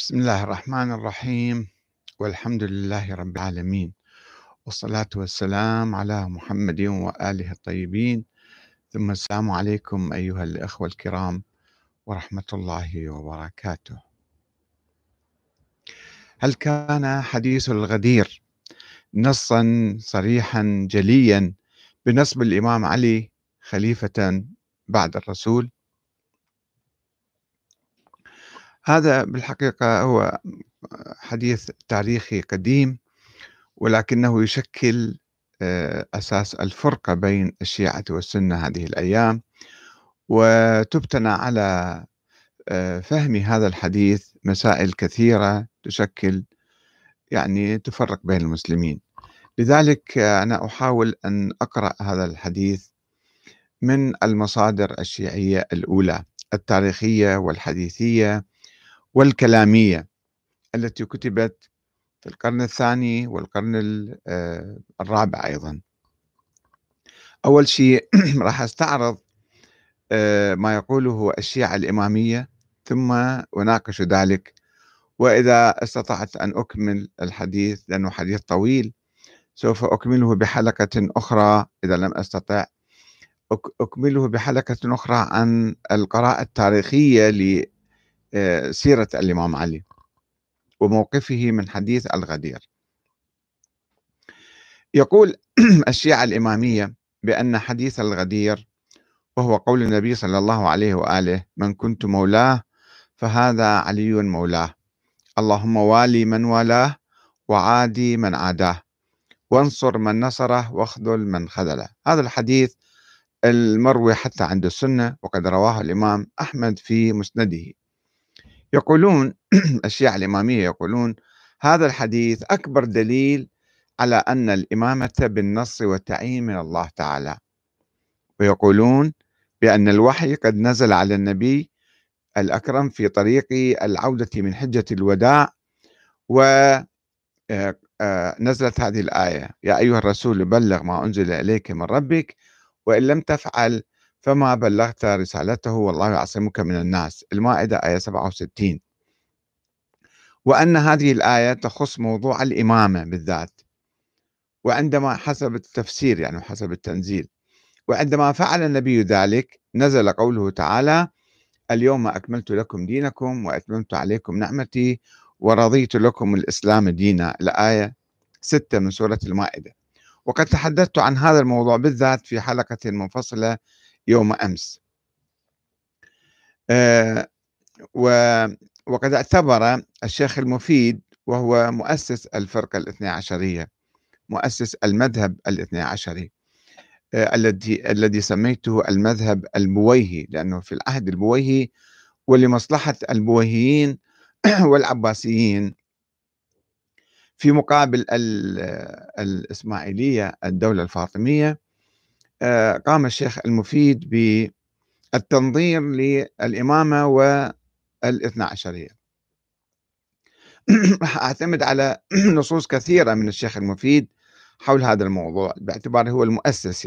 بسم الله الرحمن الرحيم، والحمد لله رب العالمين، والصلاة والسلام على محمد وآله الطيبين، ثم السلام عليكم أيها الأخوة الكرام ورحمة الله وبركاته. هل كان حديث الغدير نصا صريحا جليا بنصب الإمام علي خليفة بعد الرسول؟ هذا بالحقيقة هو حديث تاريخي قديم، ولكنه يشكل أساس الفرقة بين الشيعة والسنة هذه الأيام، وتبتنى على فهم هذا الحديث مسائل كثيرة تشكل تفرق بين المسلمين. لذلك أنا أحاول أن أقرأ هذا الحديث من المصادر الشيعية الأولى التاريخية والحديثية والكلامية التي كتبت في القرن الثاني والقرن الرابع أيضا. أول شيء راح أستعرض ما يقوله الشيعة الإمامية، ثم أناقش ذلك، وإذا استطعت أن أكمل الحديث لأنه حديث طويل سوف أكمله بحلقة أخرى، إذا لم أستطع أكمله بحلقة أخرى عن القراءة التاريخية لسيرة الإمام علي وموقفه من حديث الغدير. يقول الشيعة الإمامية بأن حديث الغدير وهو قول النبي صلى الله عليه وآله: من كنت مولاه فهذا علي مولاه، اللهم والي من والاه وعادي من عاداه وانصر من نصره واخذل من خذله. هذا الحديث المروي حتى عند السنة، وقد رواه الإمام أحمد في مسنده. يقولون الشيعة الإمامية يقولون هذا الحديث أكبر دليل على أن الإمامة بالنص والتعيين من الله تعالى، ويقولون بأن الوحي قد نزل على النبي الأكرم في طريق العودة من حجة الوداع، ونزلت هذه الآية: يا أيها الرسول بلغ ما أنزل إليك من ربك وإن لم تفعل فما بلغت رسالته والله يعصمك من الناس. المائدة آية 67. وأن هذه الآية تخص موضوع الإمامة بالذات، وعندما حسب التفسير حسب التنزيل، وعندما فعل النبي ذلك نزل قوله تعالى: اليوم أكملت لكم دينكم وأتممت عليكم نعمتي ورضيت لكم الإسلام دينا، الآية 6 من سورة المائدة. وقد تحدثت عن هذا الموضوع بالذات في حلقة منفصلة يوم أمس. وقد اعتبر الشيخ المفيد، وهو مؤسس الفرقة الاثنى عشرية، مؤسس المذهب الاثنى عشري الذي سميته المذهب البويهي، لأنه في العهد البويهي ولمصلحة البويهيين والعباسيين في مقابل الإسماعيلية الدولة الفاطمية، قام الشيخ المفيد بالتنظير للإمامة والاثنى عشرية. راح أعتمد على نصوص كثيرة من الشيخ المفيد حول هذا الموضوع باعتباره هو المؤسس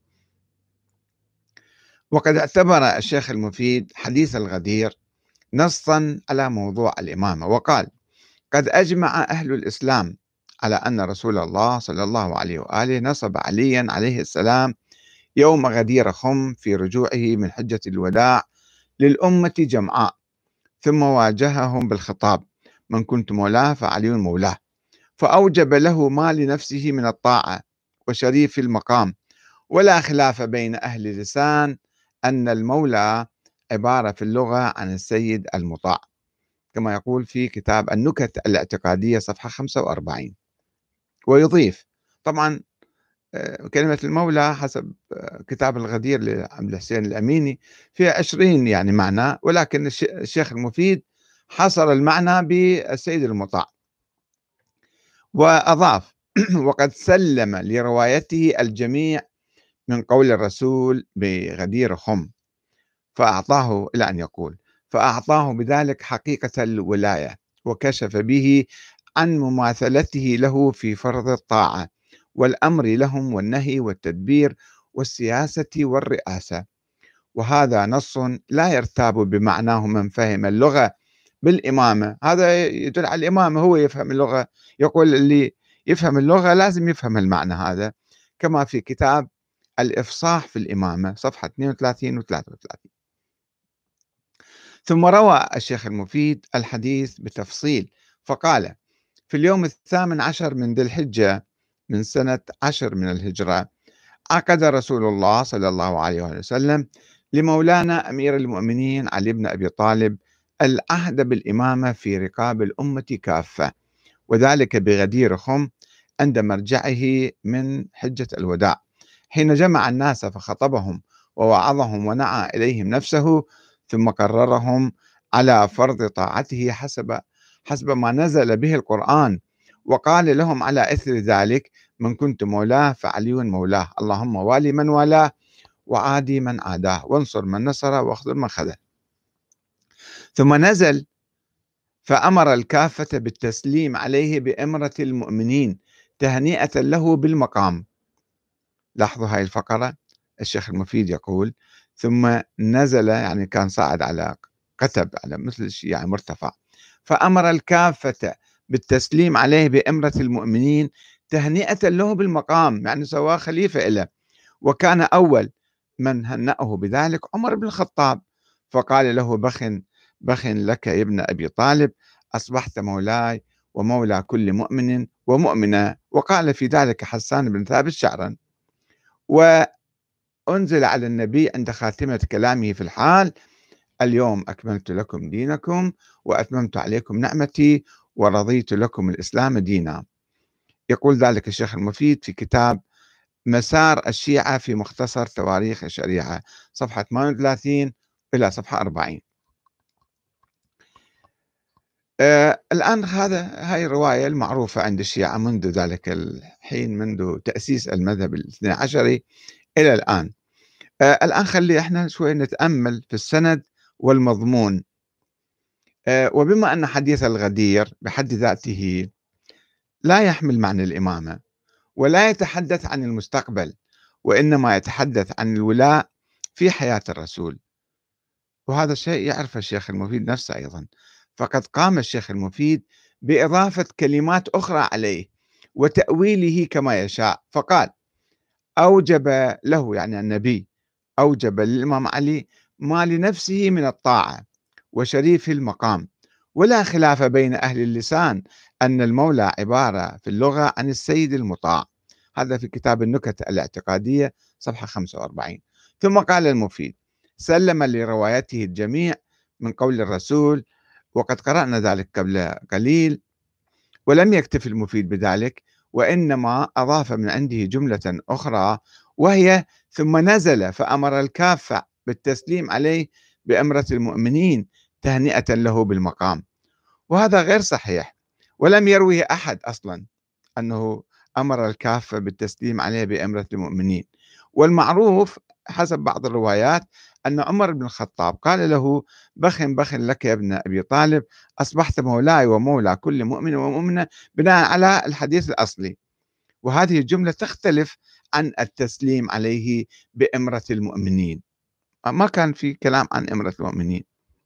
وقد اعتبر الشيخ المفيد حديث الغدير نصا على موضوع الإمامة، وقال: قد أجمع أهل الإسلام على أن رسول الله صلى الله عليه وآله نصب عليا عليه السلام يوم غدير خم في رجوعه من حجة الوداع للأمة جمعاء، ثم واجههم بالخطاب: من كنت مولاه فعلي مولاه، فأوجب له ما لنفسه من الطاعة وشريف المقام، ولا خلاف بين أهل اللسان أن المولى عبارة في اللغة عن السيد المطاع، كما يقول في كتاب النكت الاعتقادية صفحة 45. ويضيف طبعا كلمة المولى حسب كتاب الغدير لعبد الحسين الأميني فيها 20 معنى، ولكن الشيخ المفيد حصر المعنى بالسيد المطاع. وأضاف: وقد سلم لروايته الجميع من قول الرسول بغدير خم، فأعطاه إلى أن يقول: فأعطاه بذلك حقيقة الولاية، وكشف به عن مماثلته له في فرض الطاعة والأمر لهم والنهي والتدبير والسياسة والرئاسة. وهذا نص لا يرتاب بمعناه من فهم اللغة بالإمامة، هذا يدل على الإمامة، هو يفهم اللغة، يقول اللي يفهم اللغة لازم يفهم المعنى هذا، كما في كتاب الإفصاح في الإمامة صفحة 32 و 33. ثم روى الشيخ المفيد الحديث بتفصيل فقال: في اليوم 18 من ذي الحجة من سنة 10 من الهجرة، عقد رسول الله صلى الله عليه وآله وسلم لمولانا أمير المؤمنين علي بن أبي طالب العهد بالإمامة في رقاب الأمة كافة، وذلك بغدير خم عند مرجعه من حجة الوداع، حين جمع الناس فخطبهم ووعظهم ونعى إليهم نفسه، ثم قررهم على فرض طاعته حسب ما نزل به القرآن، وقال لهم على إثر ذلك: من كنت مولاه فعلي مولاه، اللهم والي من والاه وعادي من عاداه، وانصر من نصره واخذل من خذله. ثم نزل فأمر الكافة بالتسليم عليه بإمرة المؤمنين تهنئة له بالمقام. لاحظوا هاي الفقرة، الشيخ المفيد يقول: ثم نزل، يعني كان صاعد على كتب، على مثل شيء يعني مرتفع، فأمر الكافة بالتسليم عليه بإمرة المؤمنين تهنئة له بالمقام، يعني سواه خليفة له. وكان أول من هنأه بذلك عمر بن الخطاب، فقال له: بخ لك يا ابن أبي طالب، أصبحت مولاي ومولى كل مؤمن ومؤمنة. وقال في ذلك حسان بن ثابت شعرا. وأنزل على النبي عند خاتمة كلامه في الحال: اليوم أكملت لكم دينكم وأتممت عليكم نعمتي ورضيت لكم الإسلام دينا. يقول ذلك الشيخ المفيد في كتاب مسار الشيعة في مختصر تواريخ الشريعة صفحة 38 إلى صفحة 40. الآن هاي الرواية المعروفة عند الشيعة منذ ذلك الحين، منذ تأسيس المذهب الاثني عشري إلى الآن. الآن خلي احنا شوي نتأمل في السند والمضمون. وبما أن حديث الغدير بحد ذاته لا يحمل معنى الإمامة ولا يتحدث عن المستقبل، وإنما يتحدث عن الولاء في حياة الرسول، وهذا الشيء يعرف الشيخ المفيد نفسه أيضا، فقد قام الشيخ المفيد بإضافة كلمات أخرى عليه وتأويله كما يشاء، فقال: أوجب له، يعني النبي أوجب للإمام علي ما لنفسه من الطاعة وشريف المقام، ولا خلاف بين أهل اللسان أن المولى عبارة في اللغة عن السيد المطاع. هذا في كتاب النكت الاعتقادية صفحة 45. ثم قال المفيد: سلم لروايته الجميع من قول الرسول، وقد قرأنا ذلك قبل قليل. ولم يكتف المفيد بذلك، وإنما أضاف من عنده جملة أخرى، وهي: ثم نزل فأمر الكافة بالتسليم عليه بأمرة المؤمنين تهنئة له بالمقام. وهذا غير صحيح، ولم يرويه أحد أصلا أنه أمر الكافة بالتسليم عليه بأمرة المؤمنين. والمعروف حسب بعض الروايات أن عمر بن الخطاب قال له: بخ لك يا ابن أبي طالب، أصبحت مولاي ومولى كل مؤمن ومؤمنة، بناء على الحديث الأصلي. وهذه الجملة تختلف عن التسليم عليه بأمرة المؤمنين، ما كان في كلام عن أمرة المؤمنين.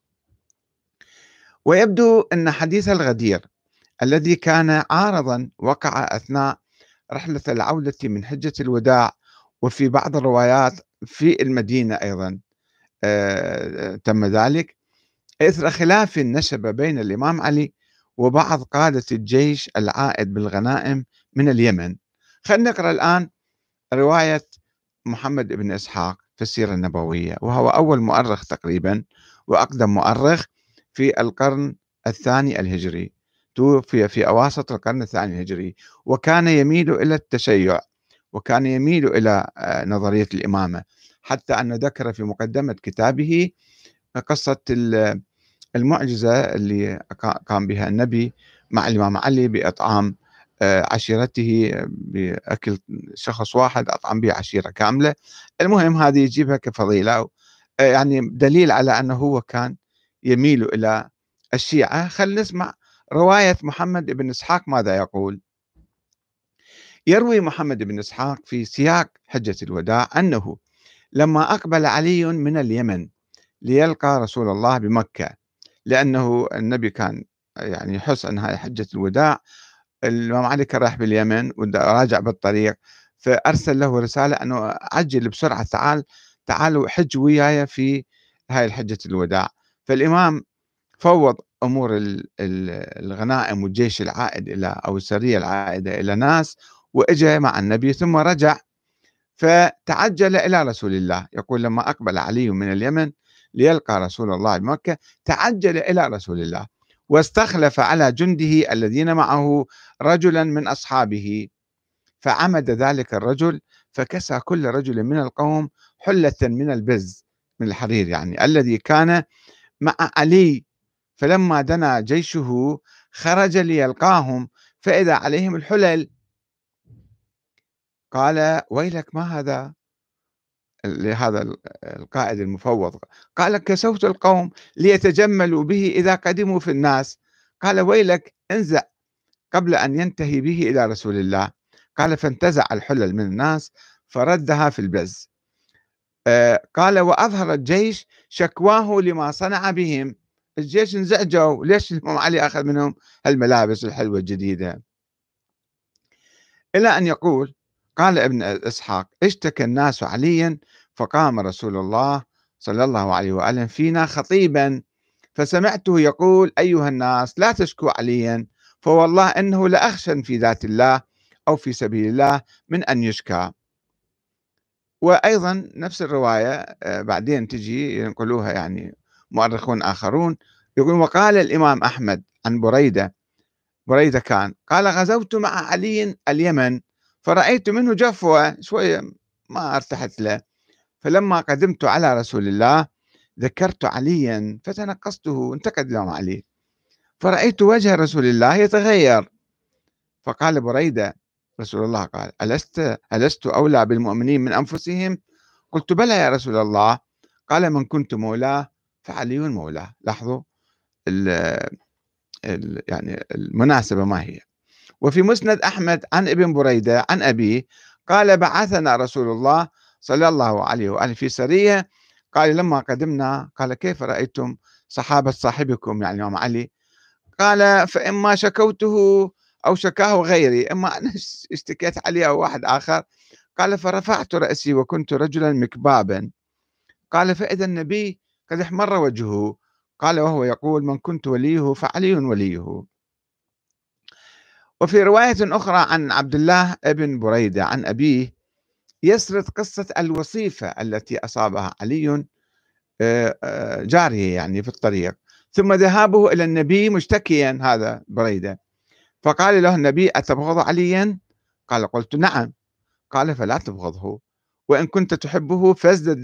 ويبدو أن حديث الغدير الذي كان عارضا وقع أثناء رحلة العودة من حجة الوداع، وفي بعض الروايات في المدينة أيضا تم ذلك، إثر خلاف نشب بين الإمام علي وبعض قادة الجيش العائد بالغنائم من اليمن. خلينا نقرأ الآن رواية محمد بن إسحاق في السيرة النبوية، وهو أول مؤرخ تقريبا وأقدم مؤرخ في القرن الثاني الهجري، توفي في أواسط القرن الثاني الهجري، وكان يميل إلى التشيع، وكان يميل إلى نظرية الإمامة، حتى أنه ذكر في مقدمة كتابه قصة المعجزة اللي قام بها النبي مع الإمام علي بإطعام عشيرته، بأكل شخص واحد أطعم به عشيرة كاملة. المهم هذه يجيبها كفضيلة، يعني دليل على أنه هو كان يميل إلى الشيعة. خل نسمع رواية محمد بن إسحاق ماذا يقول. يروي محمد بن إسحاق في سياق حجة الوداع أنه لما أقبل علي من اليمن ليلقى رسول الله بمكة، لأنه النبي كان يعني يحس أن هاي حجة الوداع. الإمام علي كان رايح باليمن وراجع بالطريق، فأرسل له رسالة أنه عجل بسرعة، تعالوا حج وياي في هاي الحجة الوداع. فالإمام فوض أمور الغنائم والجيش العائد إلى أو السرية العائدة إلى ناس، وإجا مع النبي ثم رجع، فتعجل إلى رسول الله. يقول لما أقبل علي من اليمن ليلقى رسول الله بمكة تعجل إلى رسول الله، واستخلف على جنده الذين معه رجلا من أصحابه، فعمد ذلك الرجل فكسى كل رجل من القوم حلة من البز، من الحرير يعني، الذي كان مع علي. فلما دنا جيشه خرج ليلقاهم فإذا عليهم الحلل. قال ويلك ما هذا؟ لهذا القائد المفوض قال كسوت القوم ليتجملوا به إذا قدموا في الناس. قال ويلك انزع قبل أن ينتهي به إلى رسول الله. قال فانتزع الحلل من الناس فردها في البز. قال وأظهر الجيش شكواه لما صنع بهم. الجيش انزعجوا، ليش الإمام علي أخذ منهم هالملابس الحلوة الجديدة؟ إلى أن يقول قال ابن إسحاق اشتكى الناس عليا فقام رسول الله صلى الله عليه وآله فينا خطيبا، فسمعته يقول أيها الناس لا تشكوا عليا، فوالله إنه لأخشى في ذات الله أو في سبيل الله من أن يشكى. وأيضا نفس الرواية بعدين تجي ينقلوها يعني مؤرخون آخرون، يقول وقال الإمام أحمد عن بريدة قال غزوت مع علي اليمن فرأيت منه جفوة شوية ما ارتحت له، فلما قدمت على رسول الله ذكرت عليا فتنقصته، انتقد الإمام علي، فرأيت وجه رسول الله يتغير، فقال بريدة رسول الله قال ألست أولى بالمؤمنين من أنفسهم؟ قلت بلى يا رسول الله. قال من كنت مولاه فعلي مولاه. لاحظوا يعني المناسبة ما هي. وفي مسند أحمد عن ابن بريدة عن أبيه قال بعثنا رسول الله صلى الله عليه وآله في سرية، قال لما قدمنا قال كيف رأيتم صحابة صاحبكم يعني الإمام علي؟ قال فإما شكوته أو شكاه غيري، إما أنا اشتكيت عليه أو واحد آخر. قال فرفعت رأسي وكنت رجلا مكبابا. قال فإذا النبي قد احمر وجهه، قال وهو يقول من كنت وليه فعلي وليه. وفي رواية أخرى عن عبد الله بن بريدة عن أبيه يسرد قصة الوصيفة التي أصابها علي جارية يعني في الطريق، ثم ذهابه إلى النبي مشتكيا هذا بريدة، فقال له النبي أتبغض عليا؟ قال قلت نعم. قال فلا تبغضه، وإن كنت تحبه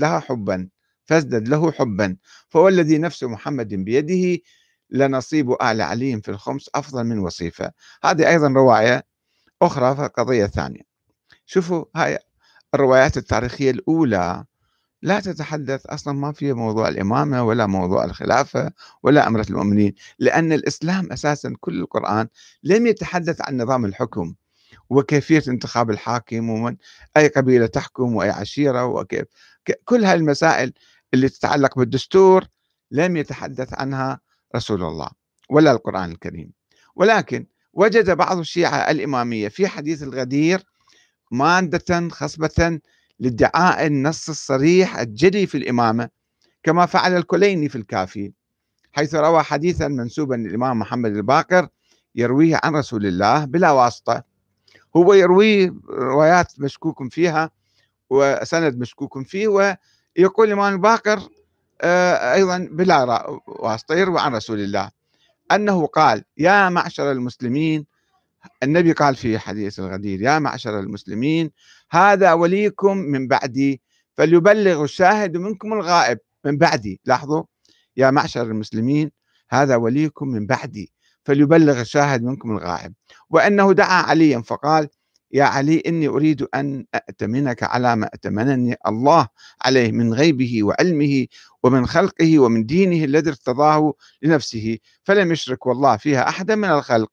فازدد له حبا، فوالذي نفس محمد بيده لنصيب آل علي في الخمس أفضل من وصيفة. هذه أيضا رواية أخرى في قضية ثانية. شوفوا هاي الروايات التاريخية الأولى لا تتحدث أصلا، ما فيها موضوع الإمامة ولا موضوع الخلافة ولا أمرة المؤمنين، لأن الإسلام أساسا كل القرآن لم يتحدث عن نظام الحكم وكيفية انتخاب الحاكم ومن أي قبيلة تحكم وأي عشيرة وكيف كل هاي المسائل اللي تتعلق بالدستور لم يتحدث عنها رسول الله ولا القرآن الكريم. ولكن وجد بعض الشيعة الإمامية في حديث الغدير مادة خصبة لادعاء النص الصريح الجلي في الإمامة، كما فعل الكليني في الكافي، حيث روى حديثا منسوبا للإمام محمد الباقر يرويه عن رسول الله بلا واسطة. هو يروي روايات مشكوك فيها وسند مشكوك فيه، ويقول الإمام الباقر أيضا بلا واسطة يروي عن رسول الله أنه قال يا معشر المسلمين. النبي قال في حديث الغدير يا معشر المسلمين هذا وليكم من بعدي فليبلغ الشاهد منكم الغائب. من بعدي، لاحظوا، يا معشر المسلمين هذا وليكم من بعدي فليبلغ الشاهد منكم الغائب. وأنه دعا عليا فقال يا علي إني أريد أن أأتمنك على ما أتمنني الله عليه من غيبه وعلمه ومن خلقه ومن دينه الذي ارتضاه لنفسه فلم يشرك والله فيها أحدا من الخلق.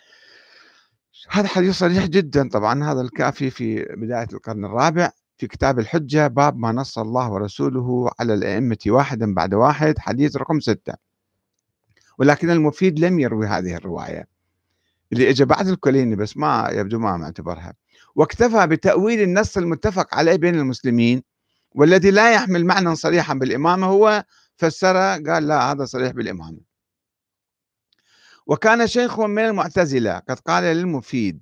هذا حديث صريح جدا. طبعا هذا الكافي في بداية القرن الرابع في كتاب الحجة باب ما نص الله ورسوله على الأئمة واحدا بعد واحد، حديث رقم 6. ولكن المفيد لم يروي هذه الرواية اللي اجى بعد الكليني، بس ما يبدو ما معتبرها، واكتفى بتأويل النص المتفق عليه بين المسلمين والذي لا يحمل معنى صريحا بالإمامة، هو فسره قال لا هذا صريح بالإمامة. وكان شيخ من المعتزلة قد قال للمفيد،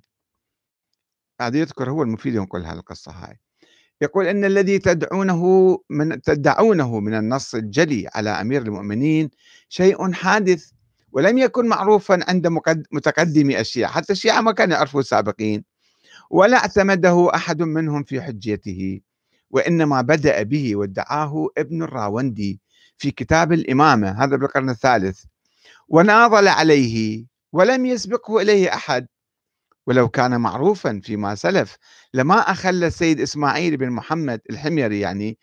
هذا يذكر هو المفيد ينقل هالقصة هاي، يقول إن الذي تدعونه من النص الجلي على أمير المؤمنين شيء حادث ولم يكن معروفا عند متقدمي الشيعة، حتى الشيعة ما كانوا يعرفوا السابقين، ولا اعتمده أحد منهم في حجيته، وإنما بدأ به وادعاه ابن الراوندي في كتاب الإمامة، هذا بالقرن الثالث، وناضل عليه ولم يسبقه إليه أحد، ولو كان معروفا فيما سلف لما أخل السيد إسماعيل بن محمد الحميري يعني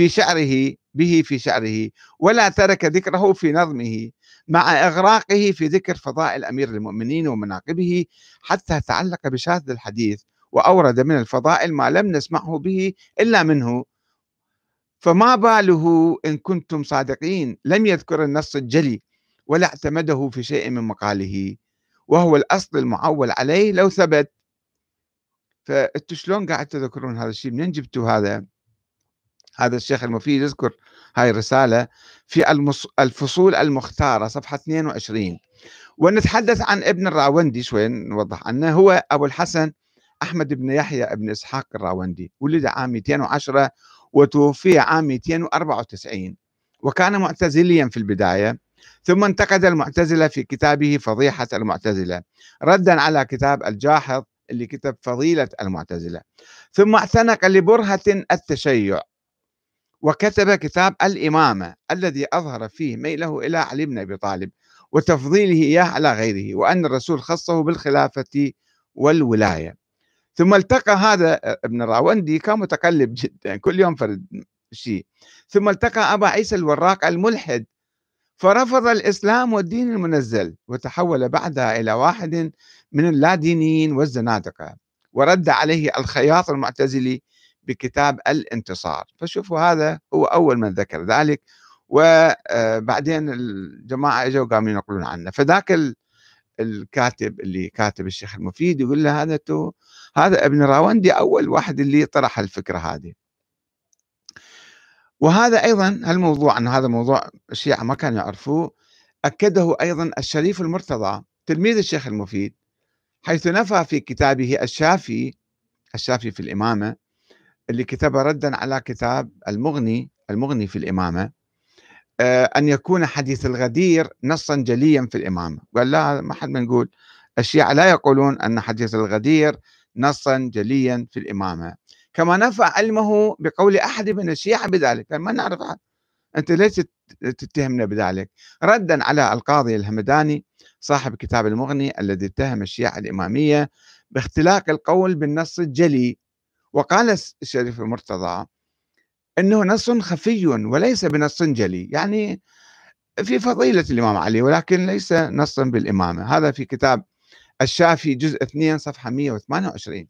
في شعره ولا ترك ذكره في نظمه، مع إغراقه في ذكر فضائل أمير المؤمنين ومناقبه، حتى تعلق بشاذ الحديث وأورد من الفضائل ما لم نسمعه به إلا منه. فما باله إن كنتم صادقين لم يذكر النص الجلي ولا اعتمده في شيء من مقاله، وهو الأصل المعول عليه لو ثبت. فانتوا شلون قاعد تذكرون هذا الشيء؟ منين جبتوا هذا الشيخ المفيد يذكر هاي الرسالة في الفصول المختارة صفحة 22. ونتحدث عن ابن الراوندي شوي، نوضح عنه. هو أبو الحسن أحمد بن يحيى بن إسحاق الراوندي، ولد عام 210 وتوفي عام 294، وكان معتزليا في البداية، ثم انتقد المعتزلة في كتابه فضيحة المعتزلة ردا على كتاب الجاحظ اللي كتب فضيلة المعتزلة، ثم اعتنق لبرهة التشيع وكتب كتاب الإمامة الذي أظهر فيه ميله إلى علي بن أبي طالب وتفضيله إياه على غيره، وأن الرسول خصه بالخلافة والولاية. ثم التقى هذا ابن الراوندي، كان متقلب جدا كل يوم فرد شيء، ثم التقى أبا عيسى الوراق الملحد فرفض الإسلام والدين المنزل، وتحول بعدها إلى واحد من اللادينيين والزنادقة، ورد عليه الخياط المعتزلي بكتاب الانتصار. فشوفوا هذا هو أول من ذكر ذلك، وبعدين الجماعة اجوا قاموا ينقلون عنه. فذاك الكاتب اللي كاتب الشيخ المفيد يقول له هذا ابن راوندي أول واحد اللي طرح الفكرة هذه. وهذا أيضا الموضوع، أن هذا موضوع الشيعة ما كانوا يعرفوه، أكده أيضا الشريف المرتضى تلميذ الشيخ المفيد، حيث نفى في كتابه الشافي في الإمامة اللي كتب ردا على كتاب المغني في الإمامة، أن يكون حديث الغدير نصا جليا في الإمامة. قال لا، ما حد نقول، الشيعة لا يقولون أن حديث الغدير نصا جليا في الإمامة، كما نفى علمه بقول أحد من الشيعة بذلك. ما نعرف، أنت ليش تتهمنا بذلك؟ ردا على القاضي الهمداني صاحب كتاب المغني الذي اتهم الشيعة الإمامية باختلاق القول بالنص الجلي. وقال الشريف المرتضى إنه نص خفي وليس بنص جلي، يعني في فضيلة الإمام علي ولكن ليس نصا بالإمامة. هذا في كتاب الشافي جزء 2 صفحة 128.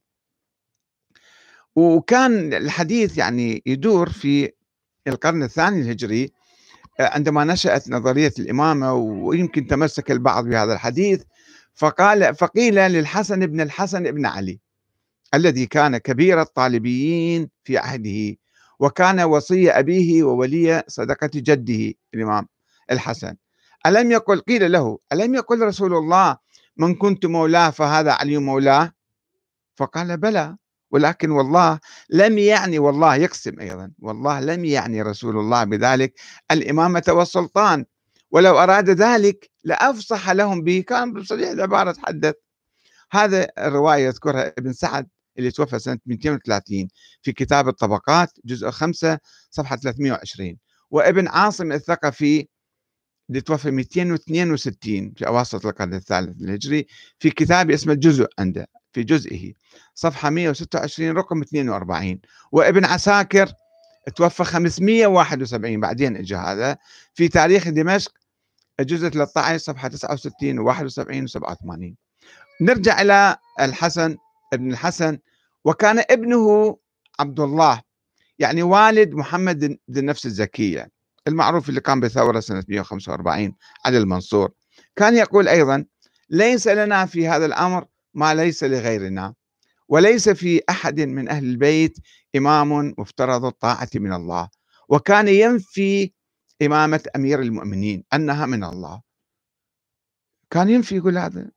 وكان الحديث يعني يدور في القرن الثاني الهجري عندما نشأت نظرية الإمامة، ويمكن تمسك البعض بهذا الحديث، فقيل للحسن بن الحسن بن علي الذي كان كبير الطالبيين في عهده، وكان وصي أبيه وولي صدقة جده الإمام الحسن، قيل له ألم يقل رسول الله من كنت مولاه فهذا علي مولاه؟ فقال بلى، ولكن والله لم يعني، والله يقسم أيضا، والله لم يعني رسول الله بذلك الإمامة والسلطان، ولو أراد ذلك لأفصح لهم به، كان بصريح العبارة تحدث. هذا الرواية يذكرها ابن سعد اللي توفى سنة 230 في كتاب الطبقات جزء 5 صفحة 320، وابن عاصم الثقفي اللي توفى 262 في أواسط القرن الثالث الهجري في كتاب اسمه الجزء، عنده في جزئه صفحة 126 رقم 42، وابن عساكر توفى 571 بعدين اجى هذا في تاريخ دمشق الجزء 13 صفحة 69 و71 و87. نرجع إلى الحسن ابن الحسن، وكان ابنه عبد الله يعني والد محمد ذي النفس الزكية المعروف اللي قام بثورة سنة 145 على المنصور، كان يقول أيضا: ليس لنا في هذا الأمر ما ليس لغيرنا، وليس في أحد من أهل البيت إمام مفترض الطاعة من الله. وكان ينفي إمامة أمير المؤمنين أنها من الله، كان ينفي، يقول هذا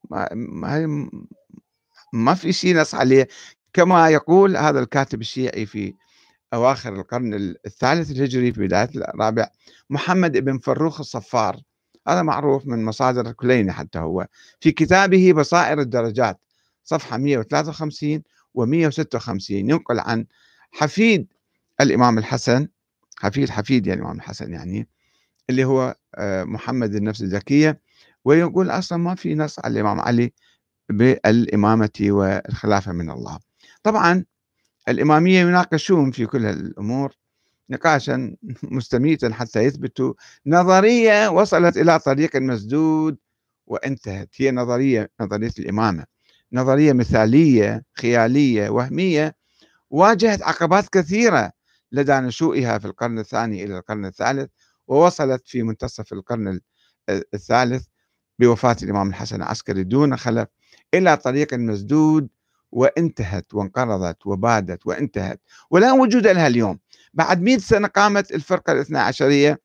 ما في شيء نص عليه. كما يقول هذا الكاتب الشيعي في أواخر القرن الثالث الهجري في بداية الرابع، محمد بن فروخ الصفار، هذا معروف من مصادر الكليني حتى هو، في كتابه بصائر الدرجات صفحة 153 و156 ينقل عن حفيد الإمام الحسن، حفيد يعني الإمام الحسن يعني، اللي هو محمد النفس الزكية، ويقول أصلا ما في نص على الإمام علي بالإمامة والخلافة من الله. طبعا الإمامية يناقشون في كل الأمور نقاشا مستميتا حتى يثبتوا نظرية وصلت إلى طريق مسدود وانتهت. هي نظرية الإمامة، نظرية مثالية خيالية وهمية، واجهت عقبات كثيرة لدى نشوئها في القرن الثاني إلى القرن الثالث، ووصلت في منتصف القرن الثالث بوفاة الإمام الحسن العسكري دون خلف إلى طريق مسدود، وانتهت وانقرضت وبادت وانتهت ولا وجود لها اليوم. بعد 100 سنة قامت الفرقة الاثنى عشرية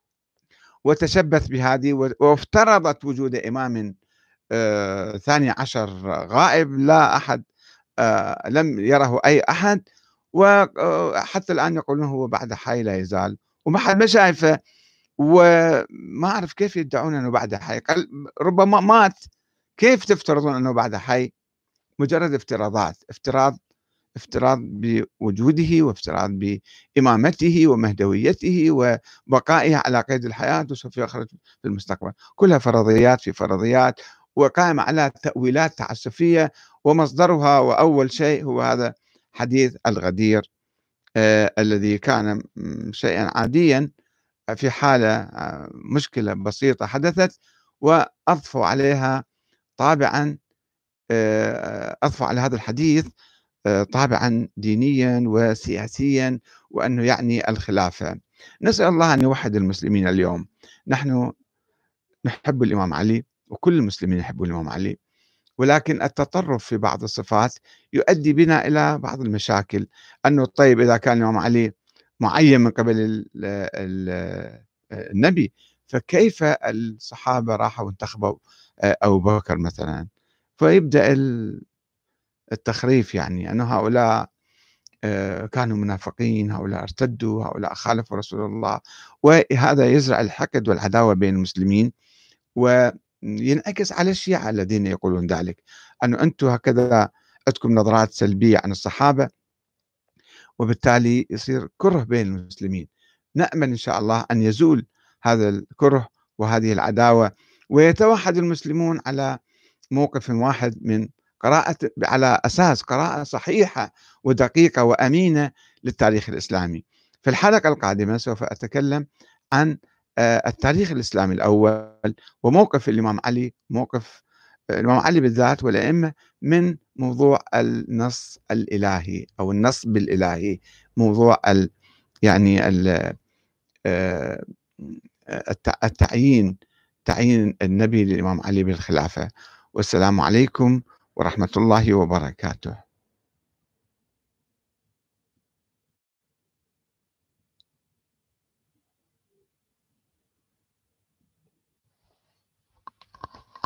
وتشبث بهذه وافترضت وجود إمام ثاني عشر غائب لا أحد لم يره أي أحد، وحتى الآن يقولون هو بعد حي لا يزال وما حد ما شايفه، وما أعرف كيف يدعون أنه بعد حي، ربما مات. كيف تفترضون أنه بعد حي؟ مجرد افتراضات، افتراض بوجوده وافتراض بإمامته ومهدويته وبقائه على قيد الحياة وسوف يخرج في المستقبل، كلها فرضيات في فرضيات وقائمة على تأويلات تعسفية، ومصدرها وأول شيء هو هذا حديث الغدير الذي كان شيئا عاديا في حالة مشكلة بسيطة حدثت وأضفوا عليها طابعا، أضفوا على هذا الحديث طابعا دينيا وسياسيا، وأنه يعني الخلافة. نسأل الله أن يوحد المسلمين اليوم. نحن نحب الإمام علي وكل المسلمين يحبون الإمام علي، ولكن التطرف في بعض الصفات يؤدي بنا إلى بعض المشاكل. أنه طيب إذا كان الإمام علي معين من قبل النبي، فكيف الصحابة راحوا وانتخبوا أبو بكر مثلا؟ فيبدأ التخريف، يعني أن هؤلاء كانوا منافقين، هؤلاء ارتدوا، هؤلاء خالفوا رسول الله، وهذا يزرع الحقد والعداوة بين المسلمين، وينعكس على الشيعة الذين يقولون ذلك، أنه أنتم هكذا عندكم نظرات سلبية عن الصحابة، وبالتالي يصير كره بين المسلمين. نأمل إن شاء الله أن يزول هذا الكره وهذه العداوة، ويتوحد المسلمون على موقف واحد من قراءة، على أساس قراءة صحيحة ودقيقة وأمينة للتاريخ الإسلامي. في الحلقة القادمة سوف أتكلم عن التاريخ الإسلامي الأول وموقف الإمام علي، موقف الإمام علي بالذات والأئمة من موضوع النص الإلهي أو النصب الإلهي، موضوع يعني آه، تعيين النبي للإمام علي بالخلافة. والسلام عليكم ورحمة الله وبركاته.